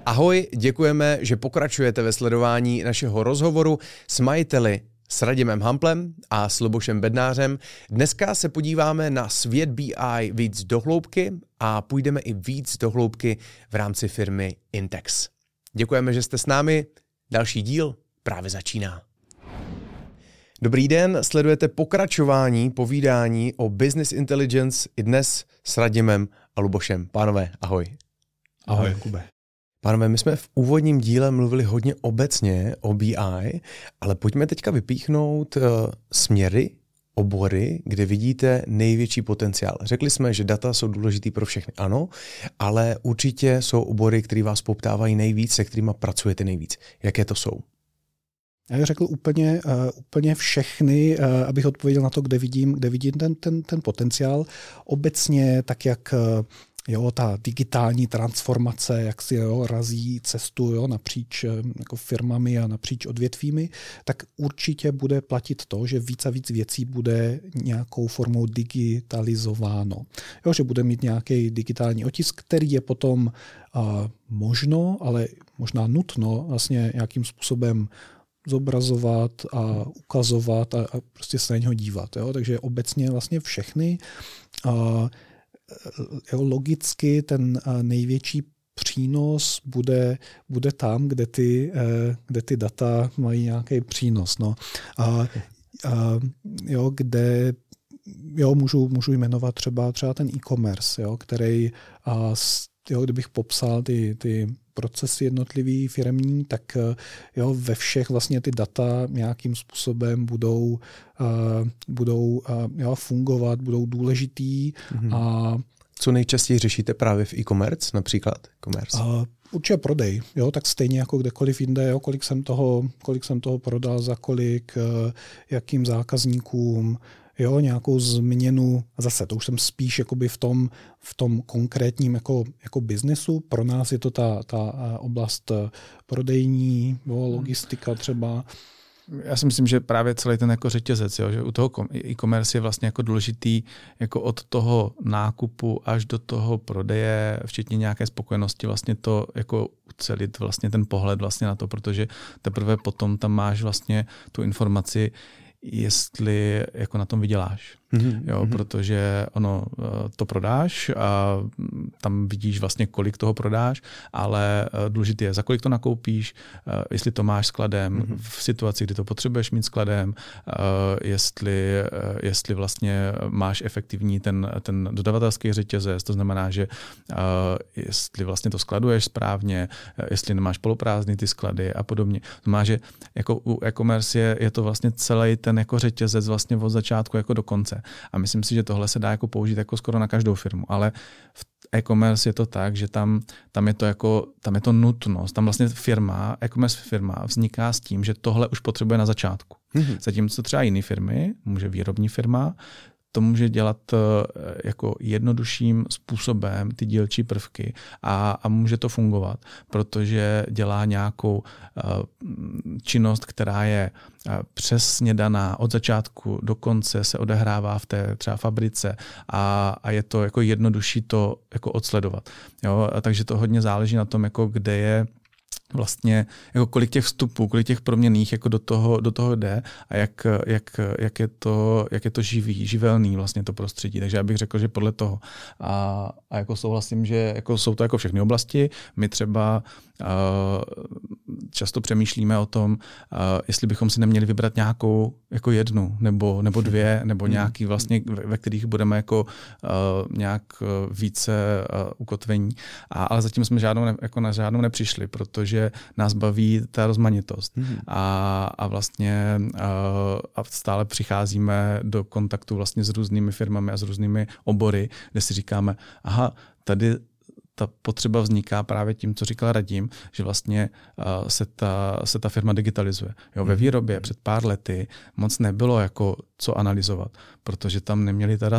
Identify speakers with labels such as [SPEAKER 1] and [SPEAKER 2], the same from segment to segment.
[SPEAKER 1] Ahoj, děkujeme, že pokračujete ve sledování našeho rozhovoru s majiteli, s Radimem Hamplem a s Lubošem Bednářem. Dneska se podíváme na svět BI víc do hloubky a půjdeme i víc do hloubky v rámci firmy Intex. Děkujeme, že jste s námi. Další díl právě začíná. Dobrý den, sledujete pokračování povídání o Business Intelligence i dnes s Radimem a Lubošem. Pánové, ahoj.
[SPEAKER 2] Ahoj, Jakube.
[SPEAKER 1] Pánové, my jsme v úvodním díle mluvili hodně obecně o BI, ale pojďme teďka vypíchnout směry, obory, kde vidíte největší potenciál. Řekli jsme, že data jsou důležitý pro všechny, ano, ale určitě jsou obory, které vás poptávají nejvíc, se kterými pracujete nejvíc. Jaké to jsou?
[SPEAKER 2] Já bych řekl úplně všechny, abych odpověděl na to, kde vidím ten potenciál. Obecně tak, jak ta digitální transformace, jak si razí cestu napříč jako firmami a napříč odvětvími, tak určitě bude platit to, že víc a víc věcí bude nějakou formou digitalizováno. Že bude mít nějaký digitální otisk, který je potom možno, ale možná nutno vlastně nějakým způsobem zobrazovat a ukazovat a prostě se na něho dívat. Takže obecně vlastně všechny. Logicky ten největší přínos bude tam, kde ty data mají nějaký přínos. Kde můžu jmenovat třeba ten e-commerce, který kdybych popsal ty procesy jednotlivý firemní, tak ve všech vlastně ty data nějakým způsobem budou fungovat, budou důležitý. A
[SPEAKER 1] co nejčastěji řešíte právě v e-commerce například?
[SPEAKER 2] Určitě prodej, tak stejně jako kdekoliv jinde, kolik jsem toho prodal, za kolik, jakým zákazníkům, nějakou změnu, a zase to už jsem spíš jakoby v tom konkrétním jako biznesu. Pro nás je to ta oblast prodejní, logistika třeba.
[SPEAKER 3] Já si myslím, že právě celý ten jako řetězec, že u toho e-commerce je vlastně jako důležitý jako od toho nákupu až do toho prodeje, včetně nějaké spokojenosti, vlastně to jako ucelit vlastně ten pohled vlastně na to, protože teprve potom tam máš vlastně tu informaci, jestli jako na tom vyděláš. Protože to prodáš a tam vidíš vlastně, kolik toho prodáš, ale důležité je, za kolik to nakoupíš, jestli to máš skladem, v situaci, kdy to potřebuješ mít skladem, jestli vlastně máš efektivní ten dodavatelský řetězec, to znamená, že jestli vlastně to skladuješ správně, jestli nemáš poloprázdný ty sklady a podobně. To znamená, že jako u e-commerce je to vlastně celý ten jako řetězec vlastně od začátku jako do konce. A myslím si, že tohle se dá jako použít jako skoro na každou firmu, ale v e-commerce je to tak, že tam je to nutnost. Tam vlastně e-commerce firma vzniká s tím, že tohle už potřebuje na začátku. Zatímco třeba jiné firmy, může výrobní firma, to může dělat jako jednodušším způsobem ty dílčí prvky a může to fungovat, protože dělá nějakou činnost, která je přesně daná od začátku do konce, se odehrává v té třeba fabrice a je to jako jednodušší to jako odsledovat. Takže to hodně záleží na tom, jako kde je vlastně jako kolik těch vstupů, kolik těch proměnných jako do toho jde a jak je to živelný vlastně to prostředí. Takže já bych řekl, že podle toho. A jako souhlasím, že jako jsou to jako všechny oblasti. My třeba často přemýšlíme o tom, jestli bychom si neměli vybrat nějakou jako jednu nebo dvě, nebo nějaký vlastně, ve kterých budeme jako nějak více ukotvení. Ale zatím jsme na žádnou nepřišli, protože nás baví ta rozmanitost. A vlastně stále přicházíme do kontaktu vlastně s různými firmami a s různými obory, kde si říkáme, aha, tady ta potřeba vzniká právě tím, co říkal Radim, že vlastně se ta firma digitalizuje. Ve výrobě před pár lety moc nebylo jako co analyzovat, protože tam neměli ta data.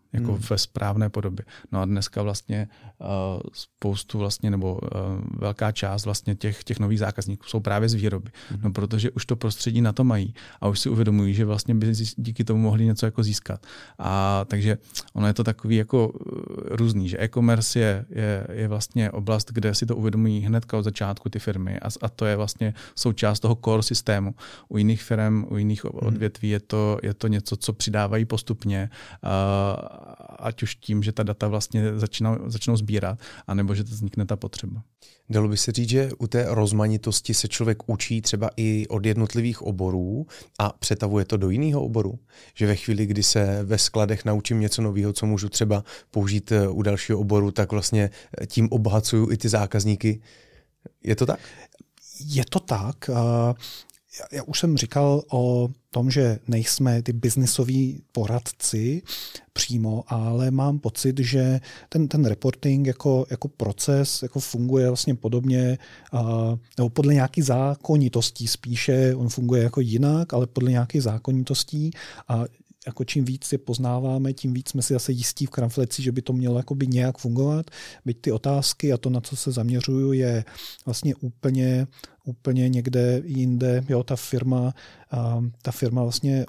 [SPEAKER 3] jako ve správné podobě. No a dneska vlastně spoustu vlastně, nebo velká část vlastně těch nových zákazníků jsou právě z výroby. No protože už to prostředí na to mají a už si uvědomují, že vlastně by díky tomu mohli něco jako získat. A takže ono je to takový jako různý, že e-commerce je vlastně oblast, kde si to uvědomují hnedka od začátku ty firmy a to je vlastně součást toho core systému. U jiných firm, u jiných odvětví je to něco, co přidávají postupně, ať už tím, že ta data vlastně začnou sbírat, anebo že to vznikne ta potřeba.
[SPEAKER 1] Dalo by se říct, že u té rozmanitosti se člověk učí třeba i od jednotlivých oborů a přetavuje to do jiného oboru? Že ve chvíli, kdy se ve skladech naučím něco nového, co můžu třeba použít u dalšího oboru, tak vlastně tím obohacuju i ty zákazníky. Je to tak?
[SPEAKER 2] Je to tak. Já už jsem říkal o tom, že nejsme ty biznisoví poradci přímo, ale mám pocit, že ten reporting jako proces jako funguje vlastně podobně, nebo podle nějakých zákonitostí spíše, on funguje jako jinak, ale podle nějakých zákonitostí a jako čím víc je poznáváme, tím víc jsme si zase jistí v Kramfleci, že by to mělo jakoby nějak fungovat. Byť ty otázky a to, na co se zaměřuju, je vlastně úplně někde jinde. Jo, ta firma vlastně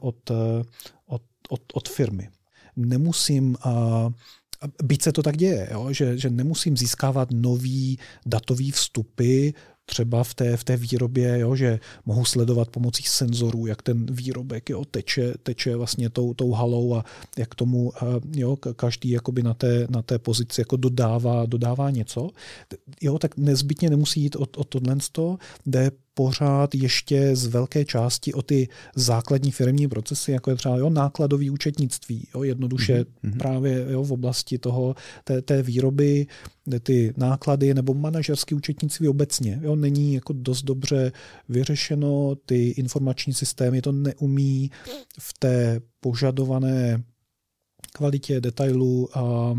[SPEAKER 2] od firmy. Nemusím, byť se to tak děje, jo, že nemusím získávat nový datový vstupy, třeba v té výrobě, jo, že mohu sledovat pomocí senzorů, jak ten výrobek teče vlastně tou halou a jak tomu jo, každý jakoby na té pozici jako dodává něco. Jo, tak nezbytně nemusí jít o tohle, jde pořád ještě z velké části o ty základní firemní procesy, jako je třeba nákladové účetnictví, jo, jednoduše právě jo, v oblasti té výroby, ty náklady nebo manažerské účetnictví obecně. Jo, není jako dost dobře vyřešeno, ty informační systémy to neumí v té požadované kvalitě detailu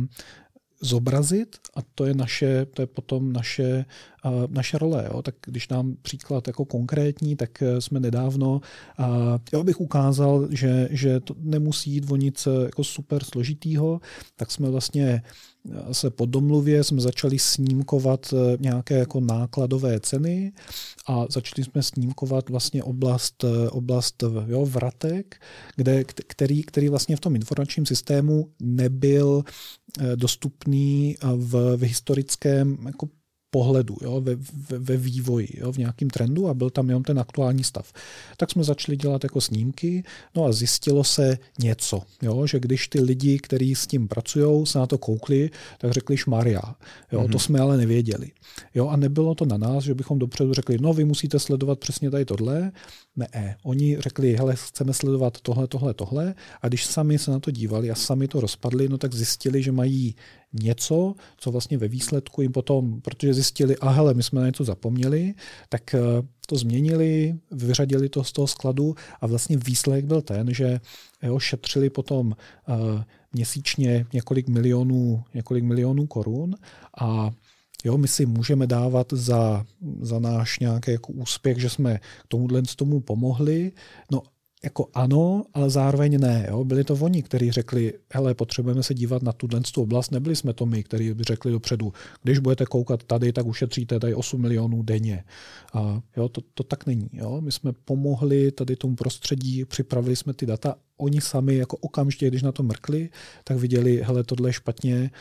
[SPEAKER 2] zobrazit a to je potom naše role. Jo. Tak když dám příklad jako konkrétní, tak jsme nedávno, bych ukázal, že to nemusí jít o nic jako super složitýho, tak jsme vlastně se po domluvě jsme začali snímkovat nějaké jako nákladové ceny a začali jsme snímkovat vlastně oblast vratek, který vlastně v tom informačním systému nebyl dostupný v historickém jako pohledu, jo, ve vývoji, jo, v nějakém trendu a byl tam jenom ten aktuální stav. Tak jsme začali dělat jako snímky, no a zjistilo se něco, jo, že když ty lidi, kteří s tím pracují, se na to koukli, tak řekli šmarja. Jo, to jsme ale nevěděli. Jo, a nebylo to na nás, že bychom dopředu řekli, no vy musíte sledovat přesně tady tohle. Ne, oni řekli, hele, chceme sledovat tohle a když sami se na to dívali a sami to rozpadli, no tak zjistili, že mají něco, co vlastně ve výsledku jim potom, protože zjistili, hele, my jsme na něco zapomněli, tak to změnili, vyřadili to z toho skladu a vlastně výsledek byl ten, že šetřili potom měsíčně několik milionů korun a jo, my si můžeme dávat za náš nějaký jako úspěch, že jsme tomu pomohli. No, jako ano, ale zároveň ne. Jo. Byli to oni, kteří řekli, hele, potřebujeme se dívat na tu oblast. Nebyli jsme to my, kteří by řekli dopředu, když budete koukat tady, tak ušetříte tady 8 milionů denně. A jo, to tak není. Jo. My jsme pomohli tady tomu prostředí, připravili jsme ty data. Oni sami jako okamžitě, když na to mrkli, tak viděli, hele, tohle je špatně.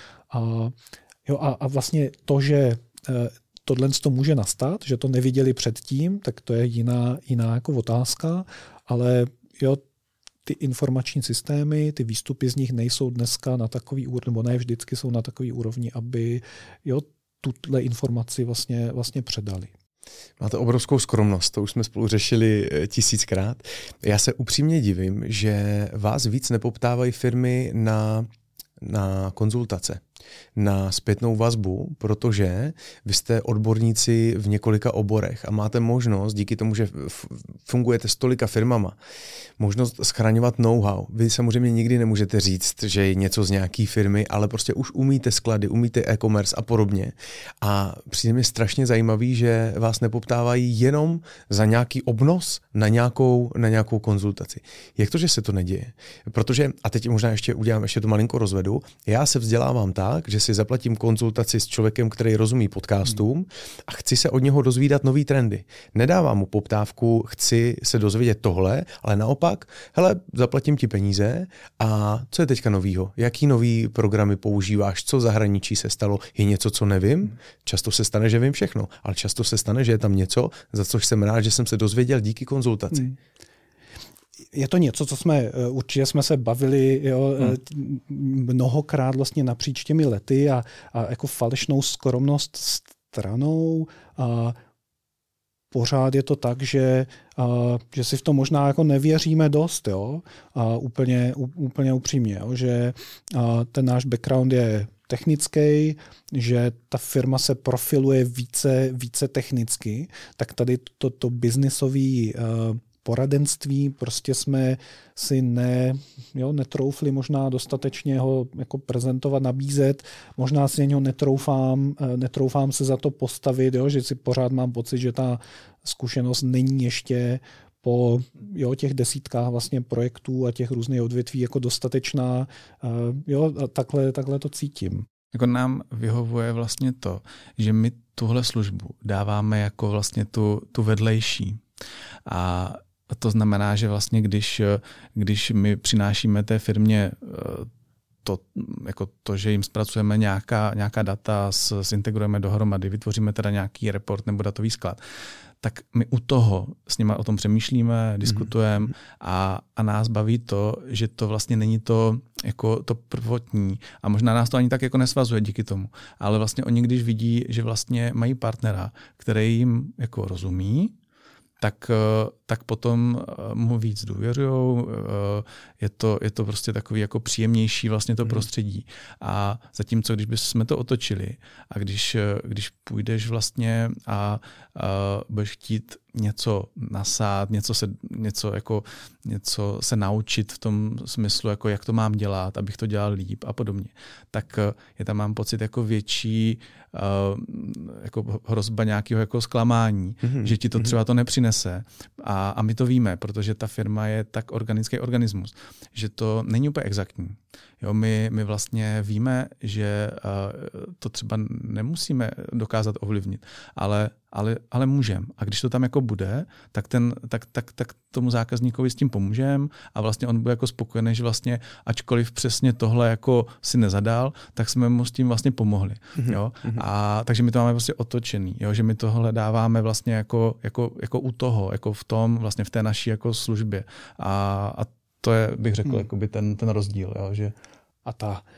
[SPEAKER 2] A vlastně to, že tohle to může nastat, že to neviděli předtím, tak to je jiná jako otázka, ale jo, ty informační systémy, ty výstupy z nich nejsou dneska na takový úrovni, nebo ne vždycky jsou na takový úrovni, aby jo, tuhle informaci vlastně předali.
[SPEAKER 1] Máte obrovskou skromnost, to už jsme spolu řešili 1000krát. Já se upřímně divím, že vás víc nepoptávají firmy na konzultace. na zpětnou vazbu, protože vy jste odborníci v několika oborech a máte možnost, díky tomu, že fungujete s tolika firmama, možnost schraňovat know-how. Vy samozřejmě nikdy nemůžete říct, že je něco z nějaký firmy, ale prostě už umíte sklady, umíte e-commerce a podobně. A přijde mi strašně zajímavý, že vás nepoptávají jenom za nějaký obnos na nějakou konzultaci. Jak to, že se to neděje? Protože, a teď možná ještě udělám, ještě to malinko rozvedu, já se vzdělávám tak, že si zaplatím konzultaci s člověkem, který rozumí podcastům a chci se od něho dozvídat nový trendy. Nedávám mu poptávku, chci se dozvědět tohle, ale naopak, hele, zaplatím ti peníze a co je teďka novýho? Jaký nový programy používáš? Co v zahraničí se stalo? Je něco, co nevím? Často se stane, že vím všechno, ale často se stane, že je tam něco, za což jsem rád, že jsem se dozvěděl díky konzultaci.
[SPEAKER 2] Je to něco, co určitě jsme se bavili mnohokrát vlastně napříč těmi lety a jako falešnou skromnost stranou. A pořád je to tak, že si v tom možná jako nevěříme dost, jo? A úplně upřímně, jo? Že ten náš background je technický, že ta firma se profiluje více technicky, tak tady to biznisový poradenství prostě jsme si netroufli možná dostatečně ho jako prezentovat, nabízet, možná si něho netroufám se za to postavit, jo, že si pořád mám pocit, že ta zkušenost není ještě po těch desítkách vlastně projektů a těch různých odvětví jako dostatečná, a takhle to cítím.
[SPEAKER 3] Jako nám vyhovuje vlastně to, že my tuhle službu dáváme jako vlastně tu vedlejší. A to znamená, že vlastně když my přinášíme té firmě to, že jim zpracujeme nějaká data, zintegrujeme dohromady, vytvoříme teda nějaký report nebo datový sklad, tak my u toho s nimi o tom přemýšlíme, diskutujeme a nás baví to, že to vlastně není to jako to prvotní a možná nás to ani tak jako nesvazuje díky tomu, ale vlastně oni, když vidí, že vlastně mají partnera, který jim jako rozumí, tak potom mu víc důvěřujou, je to prostě takový jako příjemnější vlastně to prostředí. A zatímco, když bychom to otočili a když půjdeš vlastně a budeš chtít něco nasát, něco se naučit v tom smyslu, jako jak to mám dělat, abych to dělal líp a podobně, tak je tam mám pocit jako větší jako hrozba nějakého jako zklamání, že ti to třeba to nepřinese. A my to víme, protože ta firma je tak organický organismus, že to není úplně exaktní. Jo, my vlastně víme, že to třeba nemusíme dokázat ovlivnit, ale můžeme. A když to tam jako bude, tak tomu zákazníkovi s tím pomůžeme a vlastně on bude jako spokojený, že vlastně ačkoliv přesně tohle jako si nezadal, tak jsme mu s tím vlastně pomohli. Jo? A takže my to máme vlastně otočený, jo? Že my tohle dáváme vlastně jako u toho, jako v tom, vlastně v té naší jako službě. A to je, bych řekl, jakoby ten rozdíl. Jo? Že...
[SPEAKER 2] A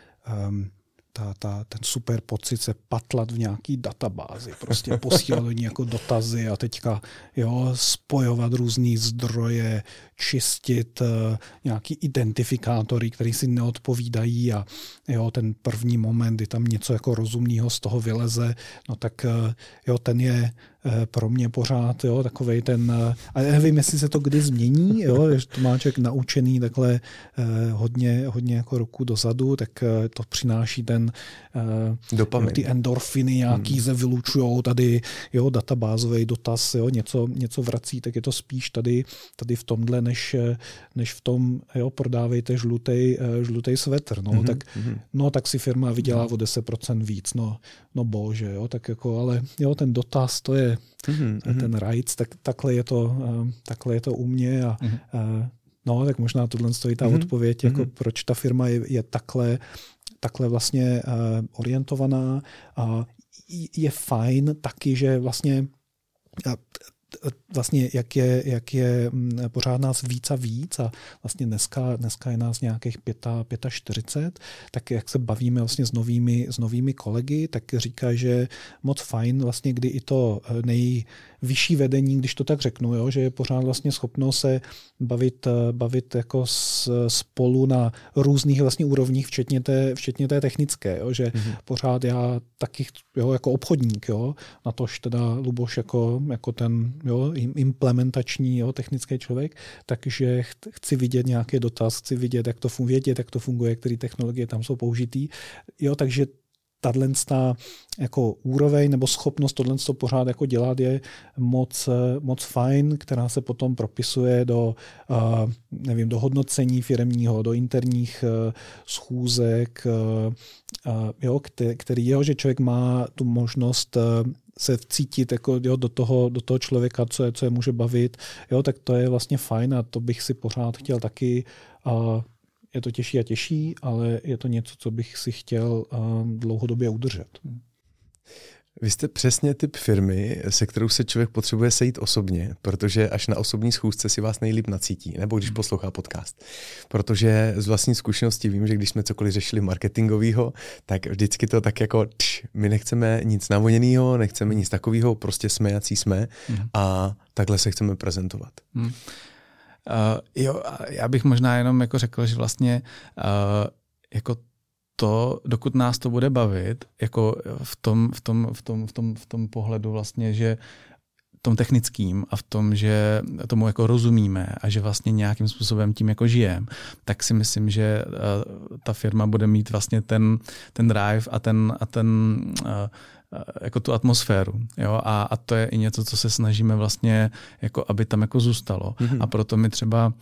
[SPEAKER 2] ten super pocit se patlat v nějaký databázi, prostě posílat do ní jako dotazy a teďka spojovat různý zdroje, čistit nějaký identifikátory, které si neodpovídají a ten první moment, kdy tam něco jako rozumného z toho vyleze, no tak ten je pro mě pořád takovej ten, a nevím, jestli se to kdy změní, že to má člověk naučený takhle hodně jako roku dozadu, tak to přináší ten ty endorfiny nějaký se vylučujou tady, databázový dotaz, něco vrací, tak je to spíš tady v tomhle, než v tom, prodávejte žlutej svetr, tak si firma vydělá o 10% víc, no bože, tak jako, ale ten dotaz, to je ten rajc, tak takhle je to u mě a tak možná tohle stojí ta odpověď, jako proč ta firma je takhle vlastně orientovaná a je fajn taky, že vlastně vlastně jak je pořád nás víc a víc a vlastně dneska je nás nějakých 45, tak jak se bavíme vlastně s novými kolegy, tak říká, že moc fajn vlastně, kdy i to nejvyšší vedení, když to tak řeknu, jo, že je pořád vlastně schopno se bavit jako spolu na různých vlastně úrovních, včetně té technické, jo, že pořád já taky jako obchodník, jo, natož teda Luboš jako ten implementační technický člověk, takže chci vidět nějaký dotaz, chci vidět, jak to funguje, které technologie tam jsou použitý. Jo, takže tato jako úroveň nebo schopnost tohle pořád jako dělat je moc fajn, která se potom propisuje do hodnocení firemního, do interních schůzek, že člověk má tu možnost se vcítit jako, do toho člověka, co je může bavit, tak to je vlastně fajn a to bych si pořád chtěl taky. Je to těžší a těžší, ale je to něco, co bych si chtěl dlouhodobě udržet.
[SPEAKER 1] Vy jste přesně typ firmy, se kterou se člověk potřebuje sejít osobně, protože až na osobní schůzce si vás nejlíp nacítí, nebo když poslouchá podcast. Protože z vlastní zkušenosti vím, že když jsme cokoliv řešili marketingového, tak vždycky to tak jako my nechceme nic navoněného, nechceme nic takového, prostě jsme, jací jsme a takhle se chceme prezentovat.
[SPEAKER 3] Já bych možná jenom jako řekl, že vlastně jako to, dokud nás to bude bavit, jako v tom pohledu vlastně, že tom technickým a v tom, že tomu jako rozumíme a že vlastně nějakým způsobem tím jako žijeme, tak si myslím, že ta firma bude mít vlastně ten drive a ten jako tu atmosféru. Jo? A to je i něco, co se snažíme vlastně, jako aby tam jako zůstalo. A proto my třeba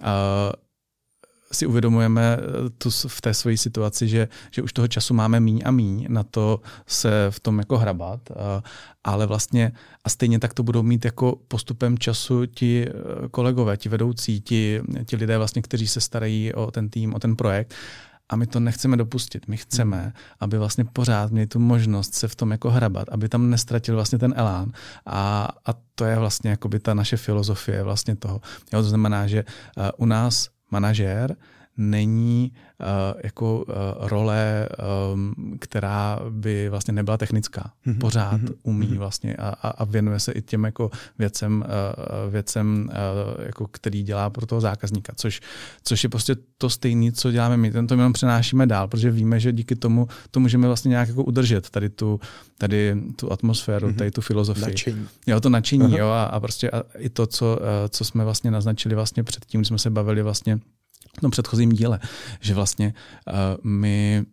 [SPEAKER 3] si uvědomujeme v té své situaci, že už toho času máme míň a míň na to se v tom jako hrabat, ale vlastně a stejně tak to budou mít jako postupem času ti kolegové, ti vedoucí, ti lidé vlastně, kteří se starají o ten tým, o ten projekt. A my to nechceme dopustit. My chceme, aby vlastně pořád měli tu možnost se v tom jako hrabat, aby tam nestratil vlastně ten elán. A to je vlastně jakoby ta naše filozofie vlastně toho. Jo, to znamená, že u nás manažér není jako role, která by vlastně nebyla technická. Pořád umí vlastně a věnuje se i těm jako věcem jako který dělá pro toho zákazníka, což je prostě to stejné, co děláme my. To jenom přenášíme dál, protože víme, že díky tomu to můžeme vlastně nějak jako udržet tady tu atmosféru, tady tu filozofii.
[SPEAKER 1] Nadšení.
[SPEAKER 3] Jo, to nadšení, jo, a prostě i to, co jsme vlastně naznačili vlastně předtím, když jsme se bavili vlastně v tom předchozím díle, že vlastně my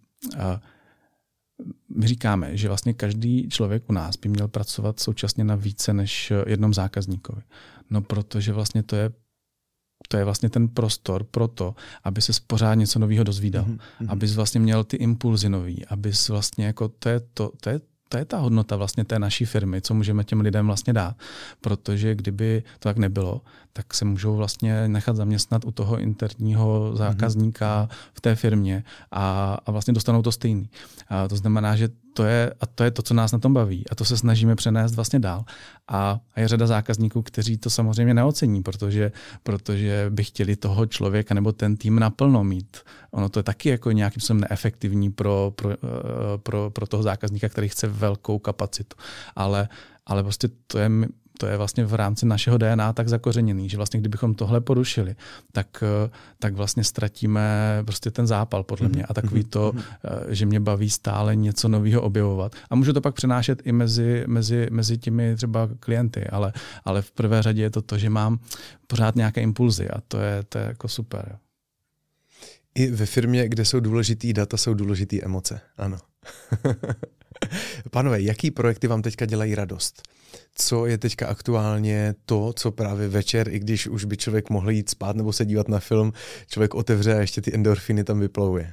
[SPEAKER 3] říkáme, že vlastně každý člověk u nás by měl pracovat současně na více než jednom zákazníkovi. No protože vlastně to je vlastně ten prostor pro to, aby se pořád něco nového dozvídal, abys vlastně měl ty impulzy nový, abys vlastně jako to je ta hodnota vlastně té naší firmy, co můžeme těm lidem vlastně dát. Protože kdyby to tak nebylo, tak se můžou vlastně nechat zaměstnat u toho interního zákazníka v té firmě a vlastně dostanou to stejný. A to znamená, že to je to, co nás na tom baví a to se snažíme přenést vlastně dál. A je řada zákazníků, kteří to samozřejmě neocení, protože by chtěli toho člověka nebo ten tým naplno mít. Ono to je taky jako nějakým způsobem neefektivní pro toho zákazníka, který chce velkou kapacitu. Ale prostě to je vlastně v rámci našeho DNA tak zakořeněný, že vlastně kdybychom tohle porušili, tak vlastně ztratíme prostě ten zápal podle mě a takový to, že mě baví stále něco nového objevovat. A můžu to pak přenášet i mezi těmi třeba klienty, ale v prvé řadě je to, že mám pořád nějaké impulzy a to je jako super.
[SPEAKER 1] I ve firmě, kde jsou důležitý data, jsou důležitý emoce. Ano. Pánové, jaký projekty vám teďka dělají radost? Co je teďka aktuálně to, co právě večer, i když už by člověk mohl jít spát nebo se dívat na film, člověk otevře a ještě ty endorfiny tam vyplouvě?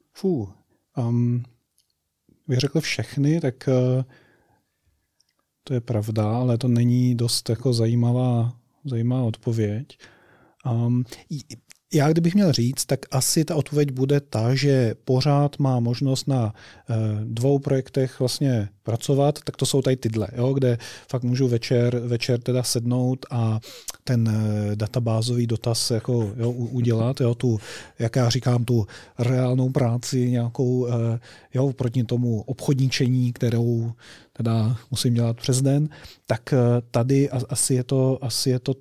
[SPEAKER 2] Bych řekl všechny, tak to je pravda, ale to není dost jako zajímavá odpověď. Já kdybych měl říct, tak asi ta odpověď bude ta, že pořád má možnost na 2 projektech vlastně pracovat, tak to jsou tady tyhle, jo, kde fakt můžu večer teda sednout a ten databázový dotaz jako, jo, udělat, jo, tu, jak já říkám, tu reálnou práci nějakou, jo, proti tomu obchodničení, kterou teda musím dělat přes den, tak tady asi je to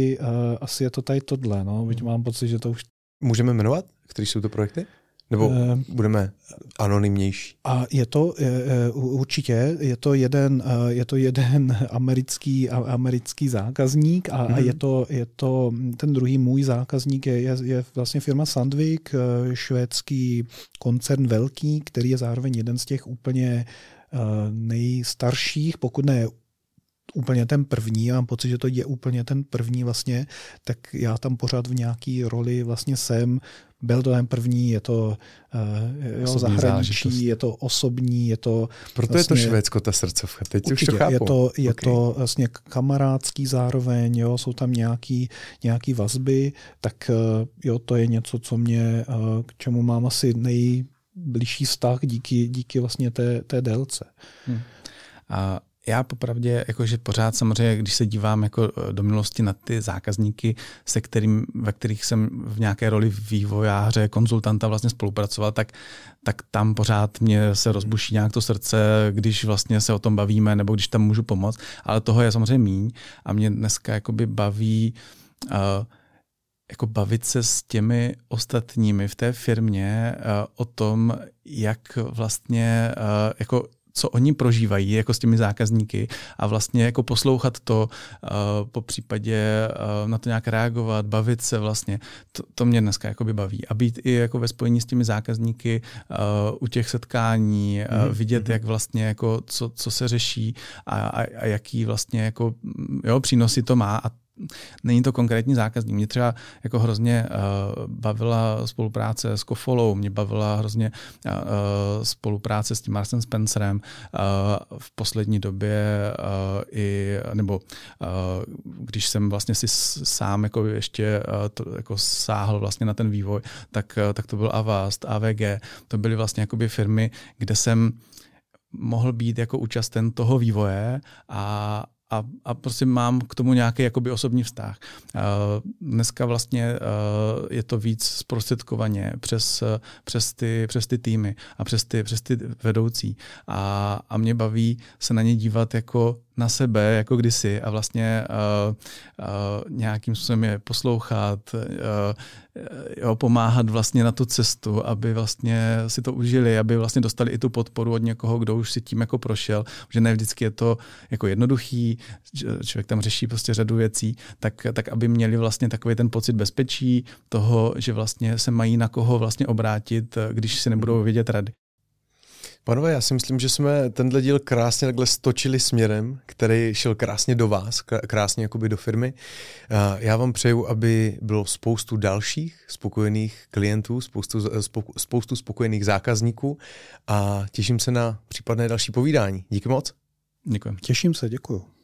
[SPEAKER 2] tady tohle, no, byť mám pocit, že to už...
[SPEAKER 1] Můžeme jmenovat, které jsou to projekty? Nebo budeme anonymnější?
[SPEAKER 2] A je to určitě, je to jeden americký zákazník a je to ten druhý můj zákazník je vlastně firma Sandvik, švédský koncern velký, který je zároveň jeden z těch úplně nejstarších, pokud ne úplně ten první, já mám pocit, že to je úplně ten první vlastně, tak já tam pořád v nějaký roli vlastně jsem. Byl to ten první, je to zahraničí, je to osobní, je to...
[SPEAKER 1] Proto
[SPEAKER 2] vlastně,
[SPEAKER 1] je to Švédsko, ta srdcovka, teď
[SPEAKER 2] určitě,
[SPEAKER 1] už to chápu.
[SPEAKER 2] Je to vlastně kamarádský zároveň, jo, jsou tam nějaký vazby, tak jo, to je něco, co mě, k čemu mám asi nejbližší vztah díky vlastně té délce.
[SPEAKER 3] A já popravdě, jakože pořád samozřejmě, když se dívám jako do minulosti na ty zákazníky, ve kterých jsem v nějaké roli vývojáře, konzultanta vlastně spolupracoval, tak tam pořád mě se rozbuší nějak to srdce, když vlastně se o tom bavíme, nebo když tam můžu pomoct, ale toho je samozřejmě míň a mě dneska jakoby baví jako bavit se s těmi ostatními v té firmě o tom, jak vlastně jako co oni prožívají jako s těmi zákazníky a vlastně jako poslouchat to, po případě na to nějak reagovat, bavit se vlastně, to mě dneska jakoby baví. A být i jako ve spojení s těmi zákazníky u těch setkání, vidět, jak vlastně jako co se řeší a jaký vlastně jako přínosy to má a není to konkrétní zákazník. Mě třeba jako hrozně bavila spolupráce s Kofolou, mě bavila hrozně spolupráce s tím Marksem Spencerem v poslední době když jsem vlastně si sám jako ještě jako sáhl vlastně na ten vývoj, tak to byl Avast, AVG, to byly vlastně jakoby firmy, kde jsem mohl být jako účasten toho vývoje a prostě mám k tomu nějaký jakoby osobní vztah. Dneska vlastně je to víc zprostředkovaně přes ty týmy a přes ty vedoucí. A mě baví se na ně dívat jako na sebe, jako kdysi a vlastně nějakým způsobem je poslouchat, pomáhat vlastně na tu cestu, aby vlastně si to užili, aby vlastně dostali i tu podporu od někoho, kdo už si tím jako prošel, že ne vždycky je to jako jednoduchý, člověk tam řeší prostě řadu věcí, tak aby měli vlastně takový ten pocit bezpečí toho, že vlastně se mají na koho vlastně obrátit, když si nebudou vědět rady.
[SPEAKER 1] Pánové, já si myslím, že jsme tenhle díl krásně takhle stočili směrem, který šel krásně do vás, krásně jakoby do firmy. Já vám přeju, aby bylo spoustu dalších spokojených klientů, spoustu spokojených zákazníků a těším se na případné další povídání. Díky moc.
[SPEAKER 3] Děkuji.
[SPEAKER 2] Těším se, děkuju.